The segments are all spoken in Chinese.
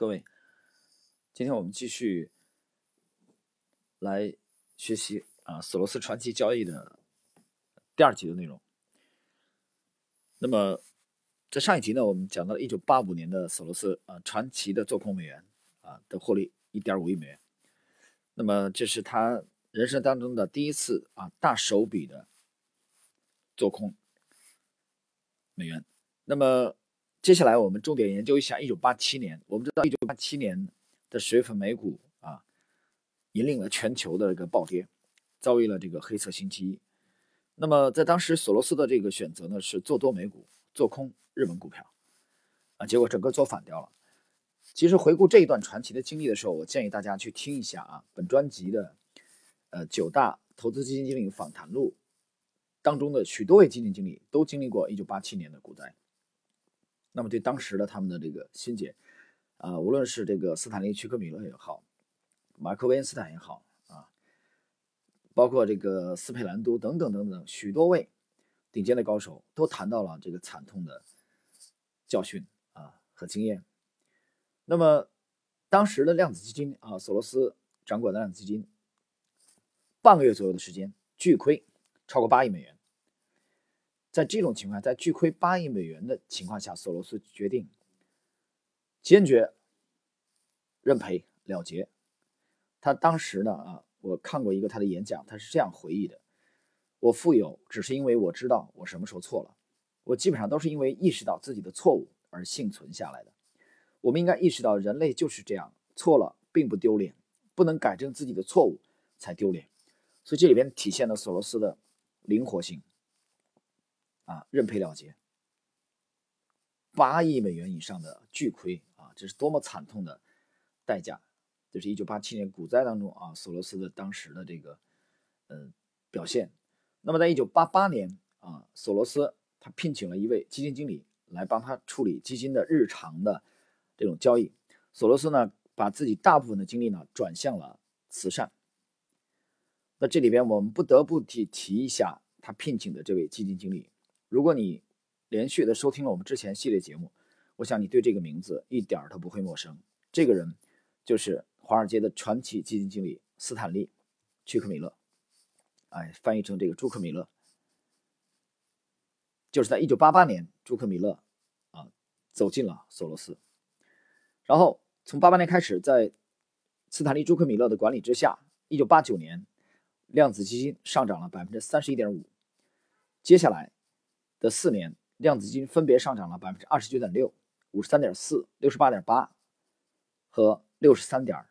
各位，今天我们继续来学习索罗斯传奇交易的第2集的内容。那么在上一集呢，我们讲到了1985年的索罗斯传奇的做空美元的获利1.5亿美元。那么这是他人生当中的第一次大手笔的做空美元。那么接下来我们重点研究一下1987年。我们知道1987年的10月份美股引领了全球的这个暴跌，遭遇了这个黑色星期一。那么在当时索罗斯的这个选择呢是做多美股，做空日本股票结果整个做反掉了。其实回顾这一段传奇的经历的时候，我建议大家去听一下本专辑的9大投资基金经理访谈录当中的许多位基金经理都经历过1987年的股灾。那么对当时的他们的这个心结无论是这个斯坦利·屈克米勒也好，马克·韦恩斯坦也好包括这个斯佩兰多等等等等许多位顶尖的高手都谈到了这个惨痛的教训和经验。那么当时的量子基金索罗斯掌管的量子基金半个月左右的时间巨亏超过8亿美元。在这种情况，在巨亏8亿美元的情况下，索罗斯决定坚决认赔了结。他当时呢我看过一个他的演讲，他是这样回忆的：我富有只是因为我知道我什么时候错了，我基本上都是因为意识到自己的错误而幸存下来的。我们应该意识到人类就是这样，错了并不丢脸，不能改正自己的错误才丢脸。所以这里边体现了索罗斯的灵活性认赔了结8亿美元以上的巨亏这是多么惨痛的代价。这是1987年股灾当中索罗斯的当时的这个表现。那么在1988年索罗斯他聘请了一位基金经理来帮他处理基金的日常的这种交易。索罗斯呢把自己大部分的精力呢转向了慈善。那这里边我们不得不提一下他聘请的这位基金经理。如果你连续的收听了我们之前系列节目，我想你对这个名字一点都不会陌生。这个人就是华尔街的传奇基金经理斯坦利·屈克米勒，翻译成这个朱克米勒。就是在1988年，朱克米勒走进了索罗斯，然后从88年开始，在斯坦利·朱克米勒的管理之下，1989年量子基金上涨了 31.5%， 接下来的4年，量子基金分别上涨了 29.6%、53.4%、68.8% 和 63.2%，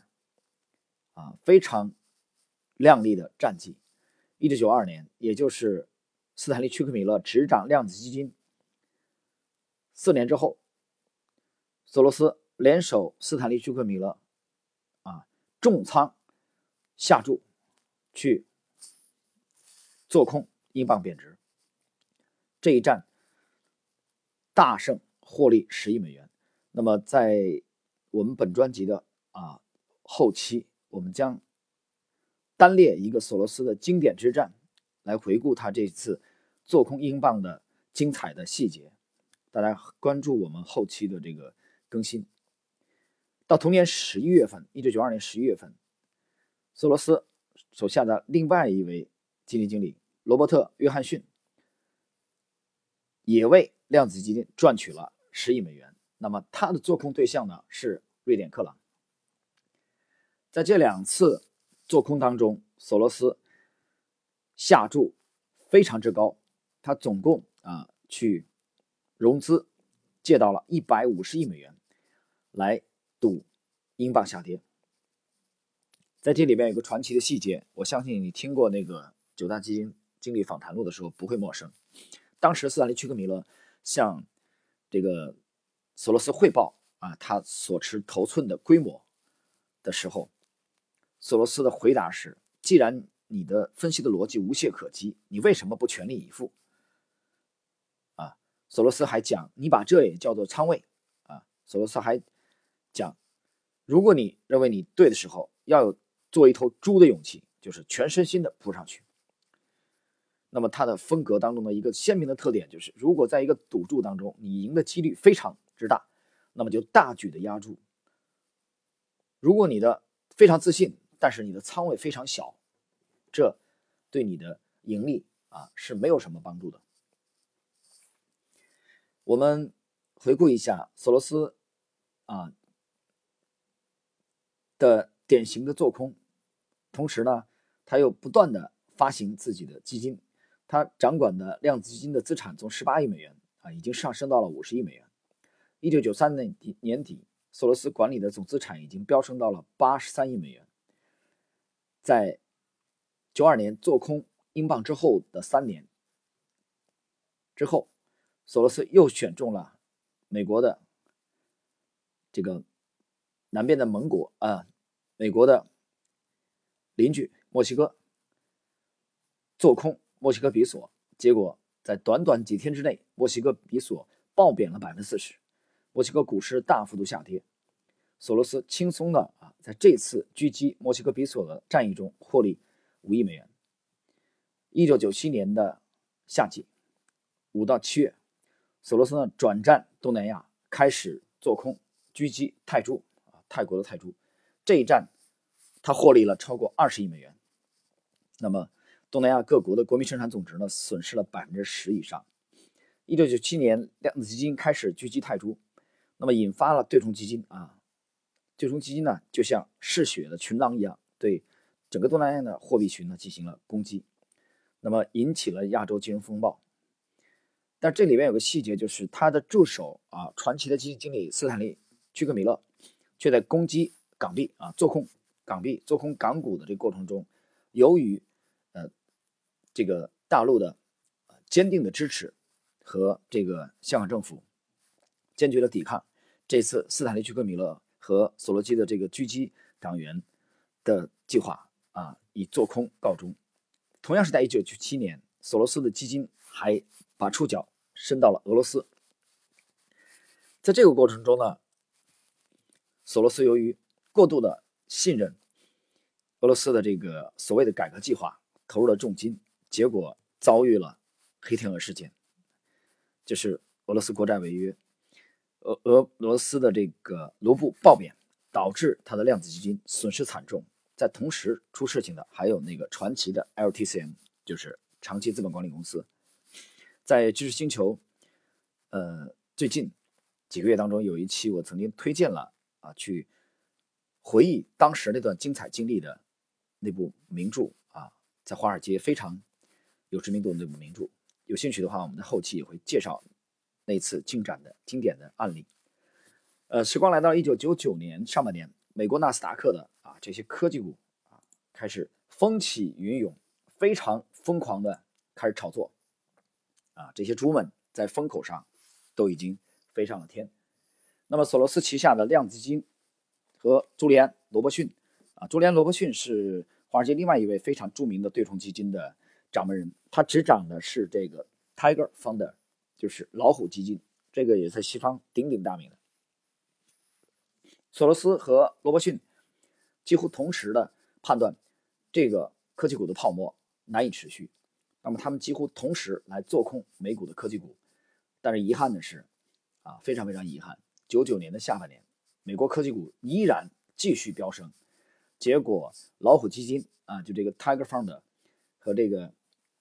非常亮丽的战绩。1992年，也就是斯坦利·屈克米勒执掌量子基金4年之后，索罗斯联手斯坦利·屈克米勒重仓下注去做空英镑贬值。这一战大胜，获利10亿美元。那么在我们本专辑的后期，我们将单列一个索罗斯的经典之战来回顾他这次做空英镑的精彩的细节。大家关注我们后期的这个更新。到同年11月份，1992年11月份，索罗斯手下的另外一位基金经理罗伯特·约翰逊也为量子基金赚取了10亿美元。那么他的做空对象呢是瑞典克朗。在这2次做空当中，索罗斯下注非常之高，他总共去融资借到了150亿美元来赌英镑下跌。在这里边有个传奇的细节，我相信你听过那个9大基金经理访谈录的时候不会陌生。当时斯坦利·屈克米勒向这个索罗斯汇报他所持头寸的规模的时候，索罗斯的回答是：既然你的分析的逻辑无懈可击，你为什么不全力以赴索罗斯还讲，你把这也叫做仓位索罗斯还讲，如果你认为你对的时候，要有做一头猪的勇气，就是全身心的扑上去。那么他的风格当中的一个鲜明的特点就是，如果在一个赌注当中你赢的几率非常之大，那么就大举的压注， 如果你的非常自信，但是你的仓位非常小，这对你的盈利是没有什么帮助的。我们回顾一下索罗斯的典型的做空，同时呢，他又不断的发行自己的基金，他掌管的量子基金的资产从18亿美元已经上升到了50亿美元。1993年年底，索罗斯管理的总资产已经飙升到了83亿美元。在92年做空英镑之后的3年之后，索罗斯又选中了美国的这个南边的盟国美国的邻居墨西哥，做空墨西哥比索，结果在短短几天之内，墨西哥比索暴贬了40%，墨西哥股市大幅度下跌。索罗斯轻松的在这次狙击墨西哥比索的战役中获利5亿美元。1997年的夏季5到7月，索罗斯呢转战东南亚，开始做空狙击泰铢泰国的泰铢。这一战他获利了超过20亿美元。那么东南亚各国的国民生产总值呢损失了10%以上。1997年量子基金开始狙击泰铢，那么引发了对冲基金对冲基金呢就像嗜血的群狼一样，对整个东南亚的货币群呢进行了攻击，那么引起了亚洲金融风暴。但这里面有个细节，就是他的助手传奇的基金经理斯坦利·屈克米勒却在攻击港币做空港币、做空港股的这个过程中，由于这个大陆的坚定的支持和这个香港政府坚决的抵抗，这次斯坦利·屈克米勒和索罗基的这个狙击党员的计划以做空告终。同样是在1997年，索罗斯的基金还把触角伸到了俄罗斯。在这个过程中呢，索罗斯由于过度的信任俄罗斯的这个所谓的改革计划，投入了重金，结果遭遇了黑天鹅事件，就是俄罗斯国债违约，俄罗斯的这个卢布暴贬，导致它的量子基金损失惨重。在同时出事情的还有那个传奇的 LTCM， 就是长期资本管理公司。在知识星球最近几个月当中，有一期我曾经推荐了去回忆当时那段精彩经历的那部名著在华尔街非常有知名度的那部名著。有兴趣的话，我们在后期也会介绍那次经典的案例。时光来到1999年上半年，美国纳斯达克的这些科技股开始风起云涌，非常疯狂的开始炒作这些猪们在风口上都已经飞上了天。那么索罗斯旗下的量子基金和朱利安·罗伯逊朱利安·罗伯逊是华尔街另外一位非常著名的对冲基金的掌门人，他执掌的是这个 Tiger Fund， 就是老虎基金，这个也在西方鼎鼎大名的。索罗斯和罗伯逊几乎同时的判断这个科技股的泡沫难以持续，那么他们几乎同时来做空美股的科技股。但是遗憾的是非常非常遗憾，99年的下半年，美国科技股依然继续飙升，结果老虎基金就这个 Tiger Fund 和这个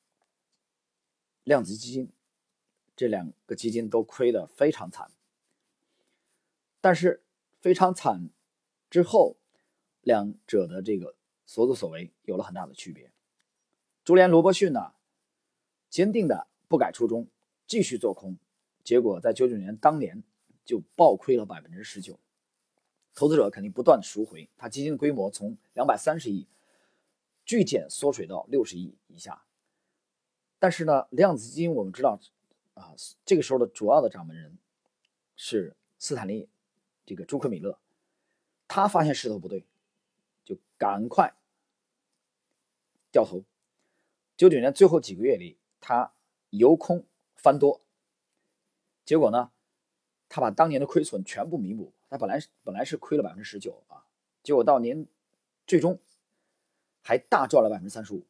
量子基金这两个基金都亏得非常惨。但是非常惨之后，两者的这个所作所为有了很大的区别。朱利安·罗伯逊呢，坚定的不改初衷，继续做空，结果在99年当年就暴亏了19%。投资者肯定不断赎回，他基金的规模从230亿巨减缩水到60亿以下。但是呢，量子基金我们知道这个时候的主要的掌门人是斯坦利这个朱克米勒，他发现势头不对，就赶快掉头。99年最后几个月里，他由空翻多，结果呢，他把当年的亏损全部弥补。他本来是亏了19%结果到年最终还大赚了35%。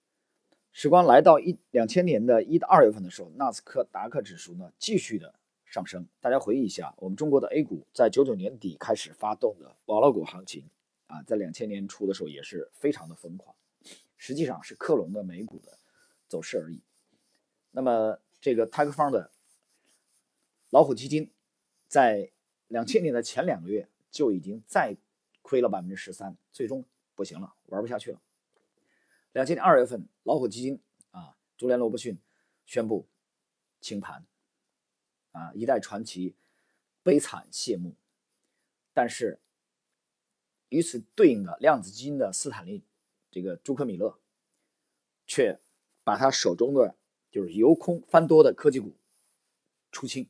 时光来到2000年的1到2月份的时候，纳斯达克指数呢继续的上升。大家回忆一下，我们中国的 A 股在99年底开始发动的网络股行情啊，在2000年初的时候也是非常的疯狂，实际上是克隆的美股的走势而已。那么这个 Tiger Fund 的老虎基金在2000年的前2个月就已经再亏了13%，最终不行了，玩不下去了。2000年2月份，老虎基金啊，朱连罗伯逊宣布清盘啊，一代传奇悲惨谢幕。但是与此对应的量子基金的斯坦利这个朱克米勒却把他手中的就是由空翻多的科技股出清。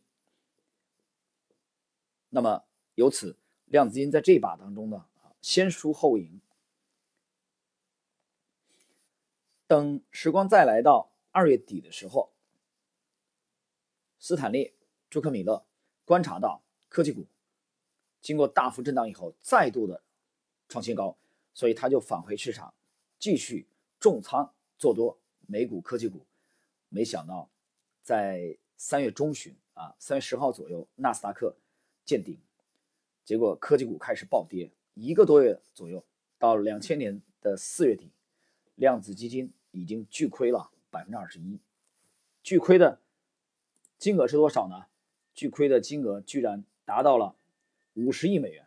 那么由此量子基金在这一把当中呢，先输后赢。等时光再来到2月底的时候，斯坦利朱克米勒观察到科技股经过大幅震荡以后再度的创新高，所以他就返回市场继续重仓做多美股科技股。没想到在3月中旬啊，3月10号左右，纳斯达克见顶，结果科技股开始暴跌，1个多月左右，到2000年的4月底，量子基金已经巨亏了21%。巨亏的金额是多少呢？巨亏的金额居然达到了50亿美元，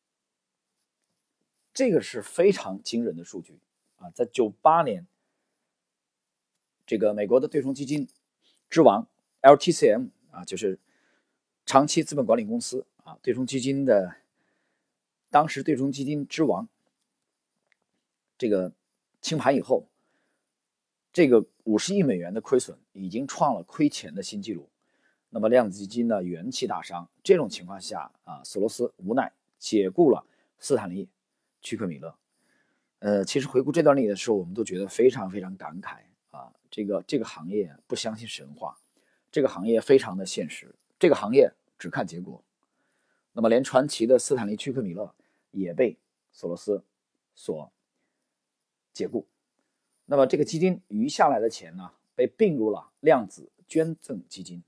这个是非常惊人的数据啊！在98年，这个美国的对冲基金之王 LTCM 啊，就是长期资本管理公司啊，对冲基金的当时对冲基金之王，这个清盘以后，这个50亿美元的亏损已经创了亏钱的新纪录。那么量子基金呢元气大伤，这种情况下啊，索罗斯无奈解雇了斯坦利·屈克米勒。其实回顾这段历史的时候，我们都觉得非常非常感慨啊，这个行业不相信神话，这个行业非常的现实，这个行业只看结果。那么连传奇的斯坦利·屈克米勒也被索罗斯所解雇。那么这个基金余下来的钱呢，被并入了量子捐赠基金。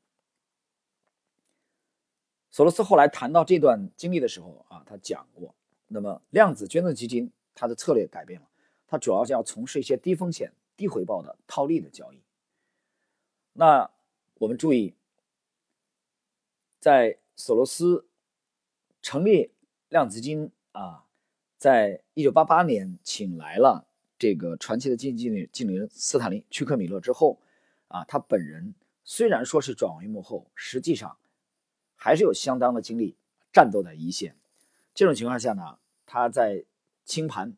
索罗斯后来谈到这段经历的时候啊，他讲过，那么量子捐赠基金它的策略改变了，它主要是要从事一些低风险、低回报的套利的交易。那我们注意，在索罗斯成立量子基金啊，在1988年请来了这个传奇的基金经理人斯坦利·屈克米勒之后啊，他本人虽然说是转为幕后，实际上还是有相当的精力战斗在一线。这种情况下呢，他在清盘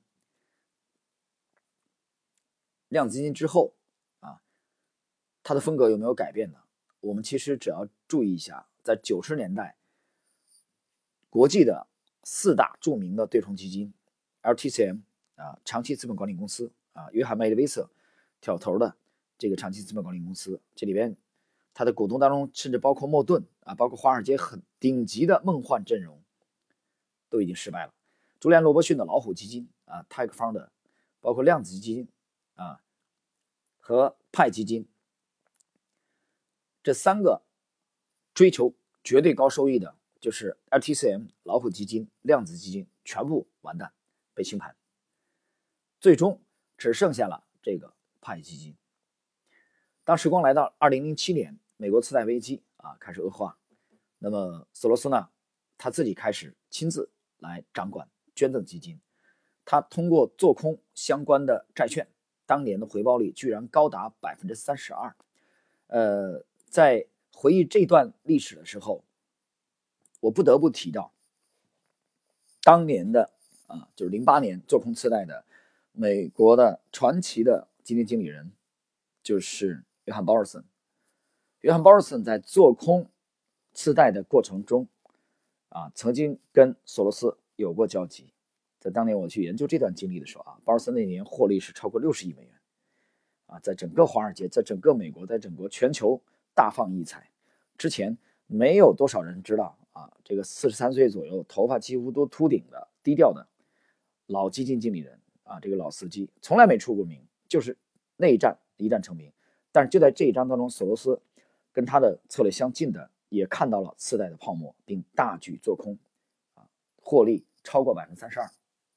量子基金之后啊，他的风格有没有改变呢？我们其实只要注意一下，在90年代，国际的4大著名的对冲基金 LTCM 啊，长期资本管理公司啊，约翰麦迪维瑟挑头的这个长期资本管理公司，这里边他的股东当中甚至包括莫顿啊，包括华尔街很顶级的梦幻阵容，都已经失败了。朱利安·罗伯逊的老虎基金啊 ，Tiger Fund， 包括量子基金啊和派基金，这3个追求绝对高收益的，就是 LTCM 老虎基金、量子基金，全部完蛋，被清盘。最终只剩下了这个派基金。当时光来到2007年，美国次贷危机啊开始恶化，那么索罗斯呢，他自己开始亲自来掌管捐赠基金，他通过做空相关的债券，当年的回报率居然高达32%。在回忆这段历史的时候，我不得不提到当年的就是08年做空次贷的美国的传奇的基金经理人，就是约翰·鲍尔森。约翰·鲍尔森在做空次贷的过程中曾经跟索罗斯有过交集。在当年我去研究这段经历的时候鲍尔森那年获利是超过60亿美元在整个华尔街，在整个美国，在整个全球大放异彩。之前没有多少人知道这个43岁左右，头发几乎都秃顶的低调的老基金经理人这个老司机从来没出过名，就是那一战成名。但是就在这一章当中，索罗斯跟他的策略相近的也看到了次贷的泡沫，并大举做空，获利超过 32%。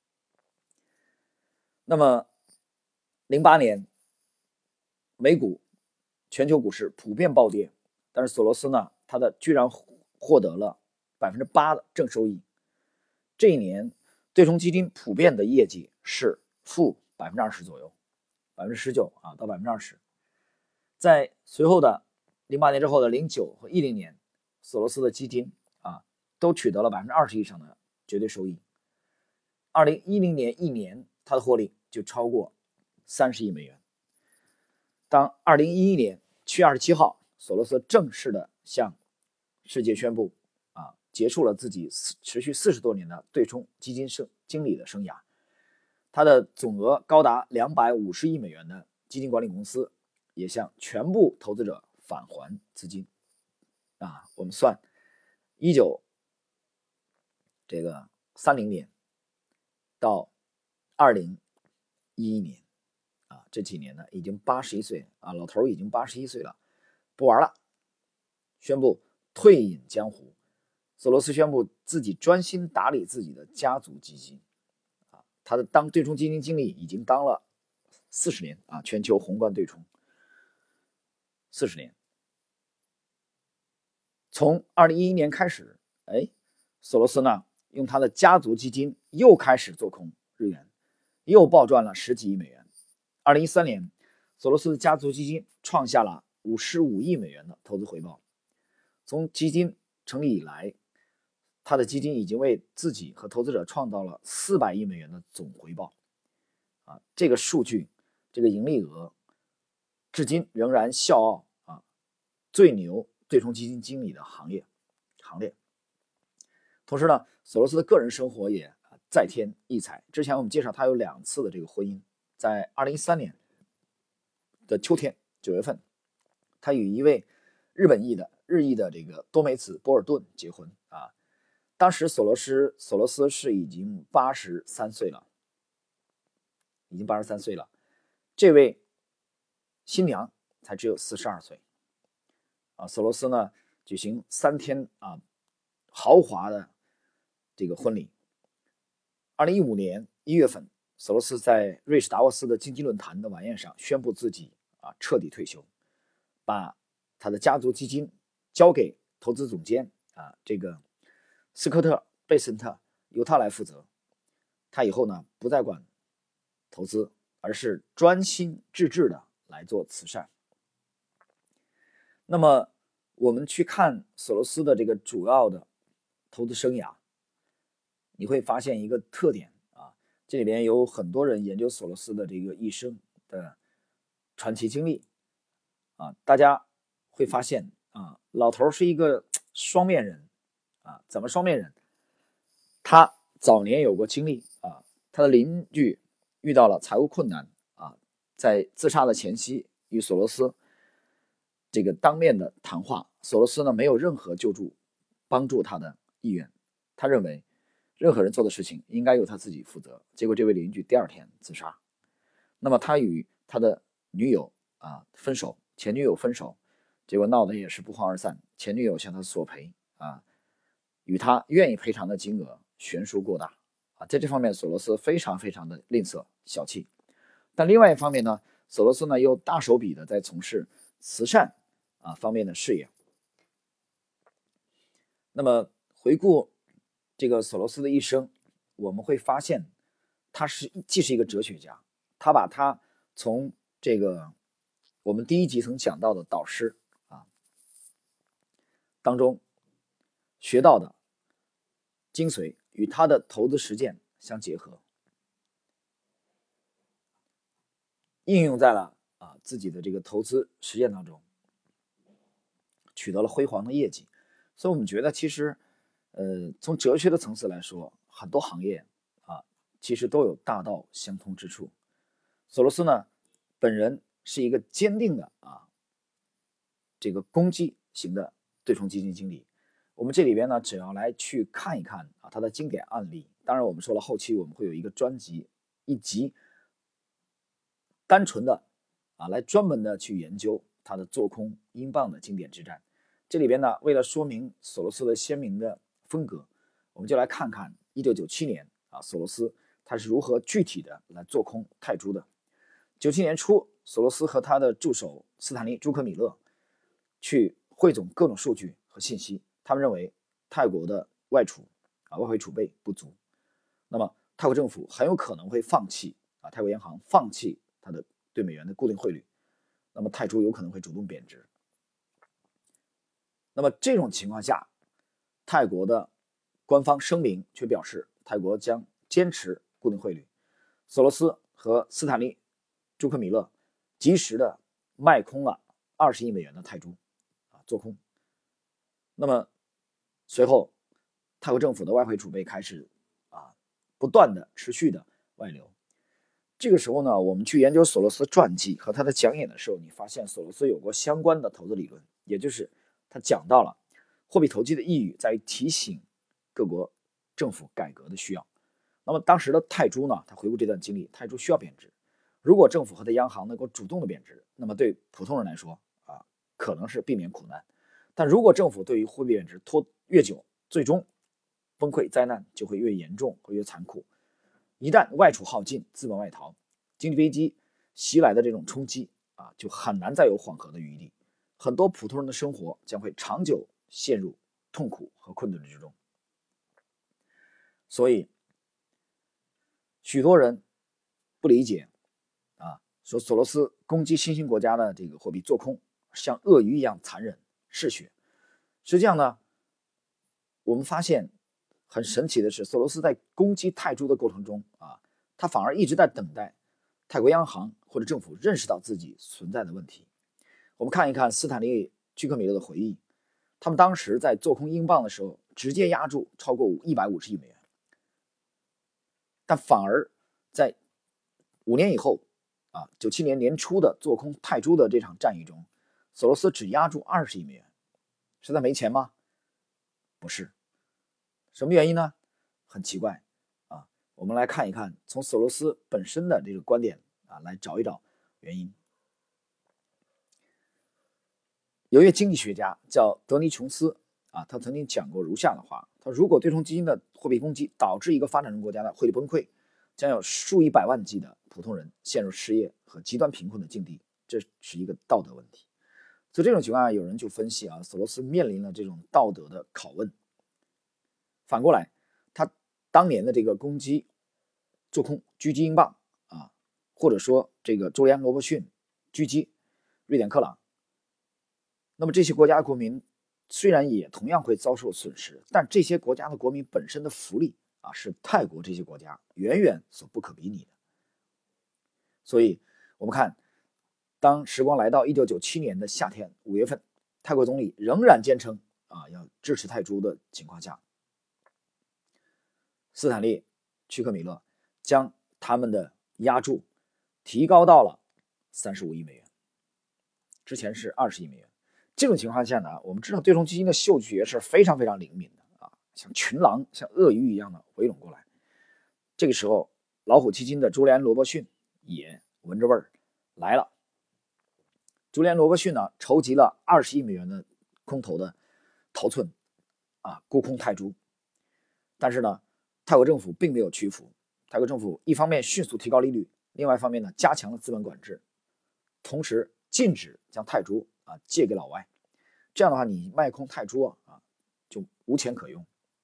那么08年美股全球股市普遍暴跌，但是索罗斯呢，他居然获得了 8% 的正收益。这一年对冲基金普遍的业绩是负 20% 左右，19%到 20%。在随后的08年之后的09和10年，索罗斯的基金都取得了 20% 以上的绝对收益。2010年一年，他的获利就超过30亿美元。当2011年7月27号，索罗斯正式的向世界宣布结束了自己持续40多年的对冲基金经理的生涯。他的总额高达250亿美元的基金管理公司也向全部投资者返还资金。我们算1930年到2011年这几年呢，已经81岁老头已经81岁了，不玩了，宣布退隐江湖。索罗斯宣布自己专心打理自己的家族基金他的当对冲基金经理已经当了40年全球宏观对冲40年。从2011年开始，索罗斯呢用他的家族基金又开始做空日元，又暴赚了10几亿美元。2013年，索罗斯的家族基金创下了55亿美元的投资回报。从基金成立以来，他的基金已经为自己和投资者创造了400亿美元的总回报这个数据，这个盈利额至今仍然笑傲最牛对冲基金经理的行列。同时呢，索罗斯的个人生活也再添异彩。之前我们介绍他有2次的这个婚姻，在2013年的秋天9月份，他与一位日裔的这个多美子波尔顿结婚当时索罗斯是已经83岁了，这位新娘才只有42岁索罗斯呢举行3天豪华的这个婚礼。2015年1月份，索罗斯在瑞士达沃斯的经济论坛的晚宴上宣布自己彻底退休，把他的家族基金交给投资总监这个斯科特·贝森特，由他来负责。他以后呢不再管投资，而是专心致志的来做慈善。那么我们去看索罗斯的这个主要的投资生涯，你会发现一个特点这里边有很多人研究索罗斯的这个一生的传奇经历大家会发现老头是一个双面人怎么双面人？他早年有过经历他的邻居遇到了财务困难在自杀的前夕与索罗斯这个当面的谈话，索罗斯呢没有任何救助帮助他的意愿，他认为任何人做的事情应该由他自己负责。结果这位邻居第2天自杀。那么他与他的女友分手，前女友分手，结果闹得也是不欢而散。前女友向他索赔与他愿意赔偿的金额悬殊过大在这方面索罗斯非常非常的吝啬小气。但另外一方面呢，索罗斯呢又大手笔的在从事慈善方面的事业。那么回顾这个索罗斯的一生，我们会发现他既是一个哲学家，他把他从这个我们第1集曾讲到的导师当中学到的精髓与他的投资实践相结合，应用在了自己的这个投资实践当中，取得了辉煌的业绩。所以我们觉得其实从哲学的层次来说，很多行业其实都有大道相通之处。索罗斯呢本人是一个坚定的这个攻击型的对冲基金经理。我们这里边呢只要来去看一看他的经典案例。当然我们说了，后期我们会有一个专辑一集单纯的来专门的去研究他的做空英镑的经典之战。 这里边呢，为了说明索罗斯的鲜明的风格，我们就来看看1997年索罗斯他是如何具体的来做空泰铢的。97年初，索罗斯和他的助手斯坦利·朱克米勒去汇总各种数据和信息，他们认为泰国的外汇储备不足，那么泰国政府很有可能会放弃泰国央行放弃它的对美元的固定汇率，那么泰铢有可能会主动贬值。那么这种情况下，泰国的官方声明却表示泰国将坚持固定汇率。索罗斯和斯坦利·朱克米勒及时的卖空了20亿美元的泰铢做空。那么随后泰国政府的外汇储备开始不断的持续的外流。这个时候呢，我们去研究索罗斯传记和他的讲演的时候，你发现索罗斯有过相关的投资理论，也就是他讲到了货币投机的意义在于提醒各国政府改革的需要。那么当时的泰铢呢，他回顾这段经历，泰铢需要贬值。如果政府和他央行能够主动的贬值，那么对普通人来说可能是避免苦难。但如果政府对于货币贬值拖越久，最终崩溃灾难就会越严重，会越残酷。一旦外储耗尽，资本外逃，经济危机袭来的这种冲击就很难再有缓和的余地。很多普通人的生活将会长久陷入痛苦和困顿之中。所以许多人不理解说索罗斯攻击新兴国家的这个货币做空像鳄鱼一样残忍嗜血。实际上呢，我们发现很神奇的是，索罗斯在攻击泰铢的过程中他反而一直在等待泰国央行或者政府认识到自己存在的问题。我们看一看斯坦利·居克米勒的回忆，他们当时在做空英镑的时候，直接压住超过150亿美元，但反而在5年以后97年年初的做空泰铢的这场战役中，索罗斯只压住20亿美元。是他没钱吗？不是。什么原因呢？很奇怪我们来看一看，从索罗斯本身的这个观点来找一找原因。有一位经济学家叫德尼琼斯他曾经讲过如下的话，他说如果对冲基金的货币攻击导致一个发展中国家的汇率崩溃，将有数以百万计的普通人陷入失业和极端贫困的境地，这是一个道德问题。所以这种情况下，有人就分析索罗斯面临了这种道德的拷问。反过来，他当年的这个攻击做空狙击英镑或者说这个周利安·罗伯逊狙击瑞典克朗，那么这些国家的国民虽然也同样会遭受损失，但这些国家的国民本身的福利是泰国这些国家远远所不可比拟的。所以我们看，当时光来到1997年的夏天5月份，泰国总理仍然坚称要支持泰铢的情况下，斯坦利·屈克米勒将他们的押注提高到了35亿美元，之前是20亿美元。这种情况下呢，我们知道对冲基金的嗅觉是非常非常灵敏的像群狼像鳄鱼一样的围拢过来。这个时候老虎基金的朱利安·罗伯逊也闻着味儿来了。朱利安·罗伯逊呢，筹集了20亿美元的空头的头寸沽空泰铢。但是呢，泰国政府并没有屈服。泰国政府一方面迅速提高利率，另外一方面呢，加强了资本管制，同时禁止将泰铢借给老外。这样的话，你卖空泰铢就无钱可用。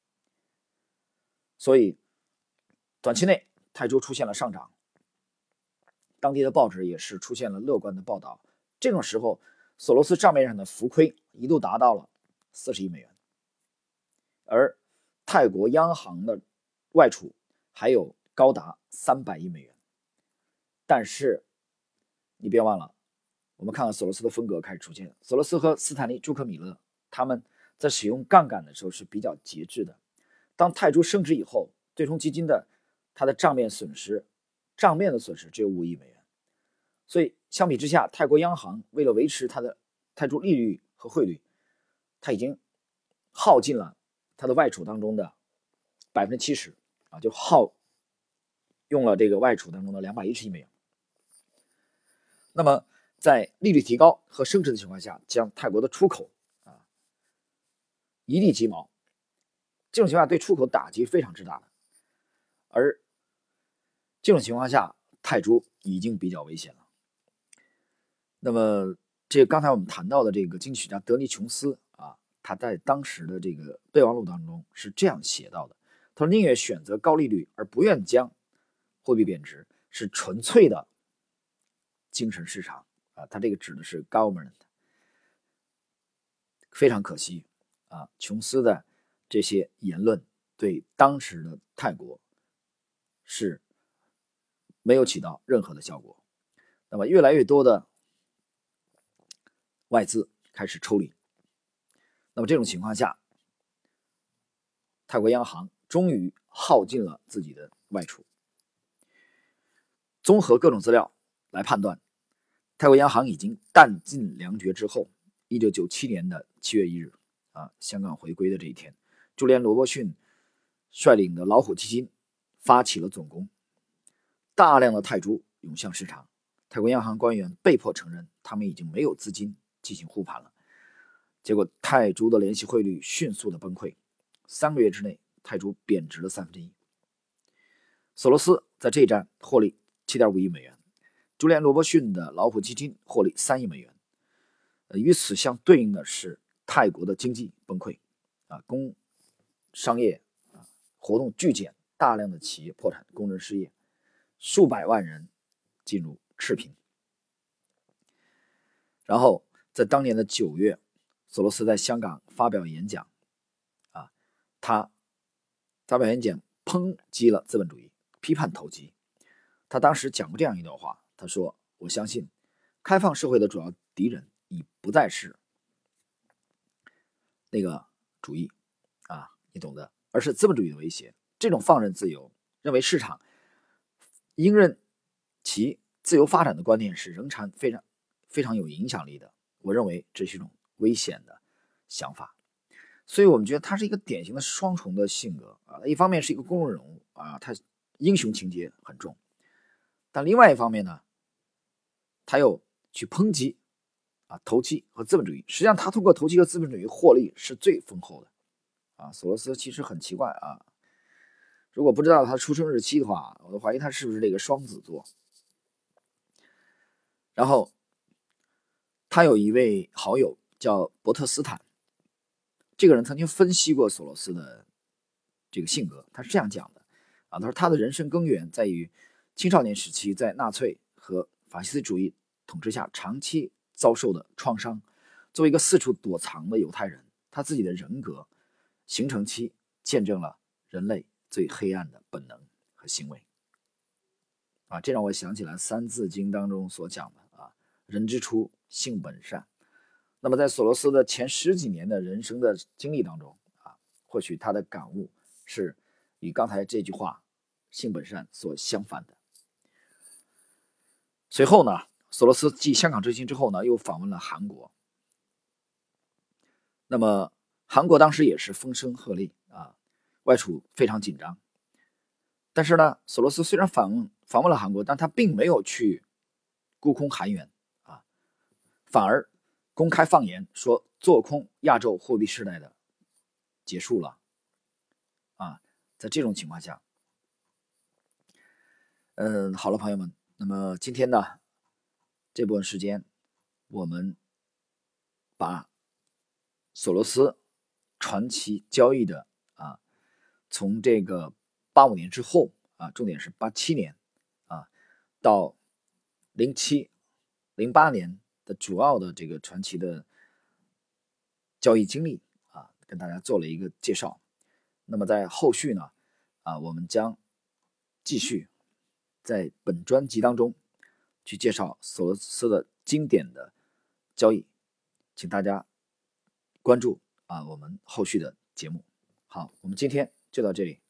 所以短期内泰铢出现了上涨，当地的报纸也是出现了乐观的报道。这种时候，索罗斯账面上的浮亏一度达到了40亿美元，而泰国央行的外储还有高达300亿美元。但是你别忘了，我们看看索罗斯的风格开始出现。索罗斯和斯坦利·朱克米勒他们在使用杠杆的时候是比较节制的。当泰铢升值以后，对冲基金的它的账面的损失只有5亿美元。所以相比之下，泰国央行为了维持它的泰铢利率和汇率，它已经耗尽了它的外储当中的70%就用了这个外储当中的210亿美元。那么在利率提高和升值的情况下，将泰国的出口一地鸡毛。这种情况下对出口打击非常之大的，而这种情况下泰铢已经比较危险了。那么这刚才我们谈到的这个经济学家德尼琼斯啊，他在当时的这个备忘录当中是这样写到的，他说宁愿选择高利率而不愿将货币贬值，是纯粹的精神市场啊，他这个指的是 government。 非常可惜啊，琼斯的这些言论对当时的泰国是没有起到任何的效果。那么越来越多的外资开始抽离，那么这种情况下，泰国央行终于耗尽了自己的外储。综合各种资料来判断，泰国央行已经弹尽粮绝之后，1997年的7月1日啊，香港回归的这一天，朱利安·罗伯逊率领的老虎基金发起了总攻，大量的泰铢涌向市场。泰国央行官员被迫承认，他们已经没有资金进行护盘了。结果，泰铢的联系汇率迅速的崩溃，3个月之内，泰铢贬值了1/3。索罗斯在这一战获利7.5亿美元，朱利安·罗伯逊的老虎基金获利3亿美元。与此相对应的是泰国的经济崩溃啊，商业活动剧减，大量的企业破产，工人失业，数百万人进入赤贫。然后在当年的9月，索罗斯在香港发表演讲啊，他发表演讲抨击了资本主义，批判投机。他当时讲过这样一段话，他说：我相信开放社会的主要敌人已不再是那个主义啊，你懂的，而是资本主义的威胁。这种放任自由，认为市场应任其自由发展的观念是仍然非常有影响力的。我认为这是一种危险的想法。所以我们觉得他是一个典型的双重的性格啊，一方面是一个公众人物啊，他英雄情节很重，但另外一方面呢，他又去抨击投机和资本主义。实际上他通过投机和资本主义获利是最丰厚的啊。索罗斯其实很奇怪啊，如果不知道他出生日期的话，我都怀疑他是不是这个双子座。然后他有一位好友叫伯特斯坦，这个人曾经分析过索罗斯的这个性格，他是这样讲的啊，他说他的人生根源在于青少年时期在纳粹和法西斯主义统治下长期遭受的创伤。作为一个四处躲藏的犹太人，他自己的人格形成期见证了人类最黑暗的本能和行为啊，这让我想起来《三字经》当中所讲的啊，人之初性本善。那么在索罗斯的前10几年的人生的经历当中啊，或许他的感悟是与刚才这句话性本善所相反的。随后呢，索罗斯继香港之行之后呢，又访问了韩国。那么韩国当时也是风声鹤唳啊，外储非常紧张。但是呢，索罗斯虽然访问了韩国，但他并没有去沽空韩元啊，反而公开放言说做空亚洲货币时代的结束了啊。在这种情况下，好了，朋友们，那么今天呢，这部分时间我们把索罗斯传奇交易的从这个85年之后啊，重点是87年啊到07、08年的主要的这个传奇的交易经历啊，跟大家做了一个介绍。那么在后续呢我们将继续在本专辑当中去介绍索罗斯的经典的交易，请大家关注我们后续的节目。好，我们今天就到这里。